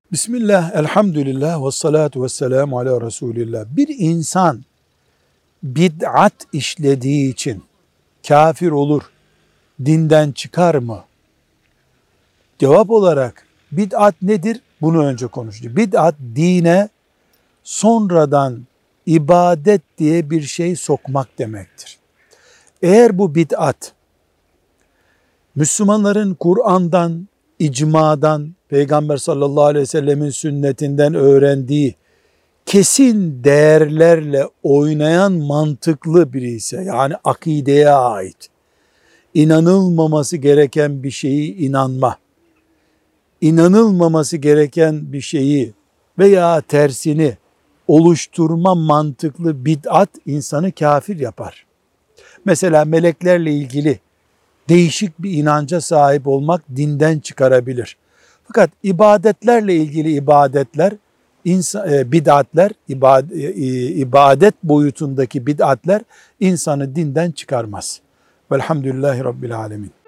Bismillah, elhamdülillah, ve salatu ve selamu ala Resulillah. Bir insan bid'at işlediği için kafir olur, dinden çıkar mı? Cevap olarak bid'at nedir? Bunu önce konuşacağız. Bid'at dine sonradan ibadet diye bir şey sokmak demektir. Eğer bu bid'at Müslümanların Kur'an'dan, icmadan, Peygamber sallallahu aleyhi ve sellemin sünnetinden öğrendiği kesin değerlerle oynayan mantıklı biri ise, yani akideye ait, inanılmaması gereken bir şeyi inanma, inanılmaması gereken bir şeyi veya tersini oluşturma mantıklı bid'at insanı kafir yapar. Mesela meleklerle ilgili değişik bir inanca sahip olmak dinden çıkarabilir. Fakat ibadetlerle ilgili bid'atler, ibadet boyutundaki bid'atler insanı dinden çıkarmaz. Velhamdülillahi Rabbil Alemin.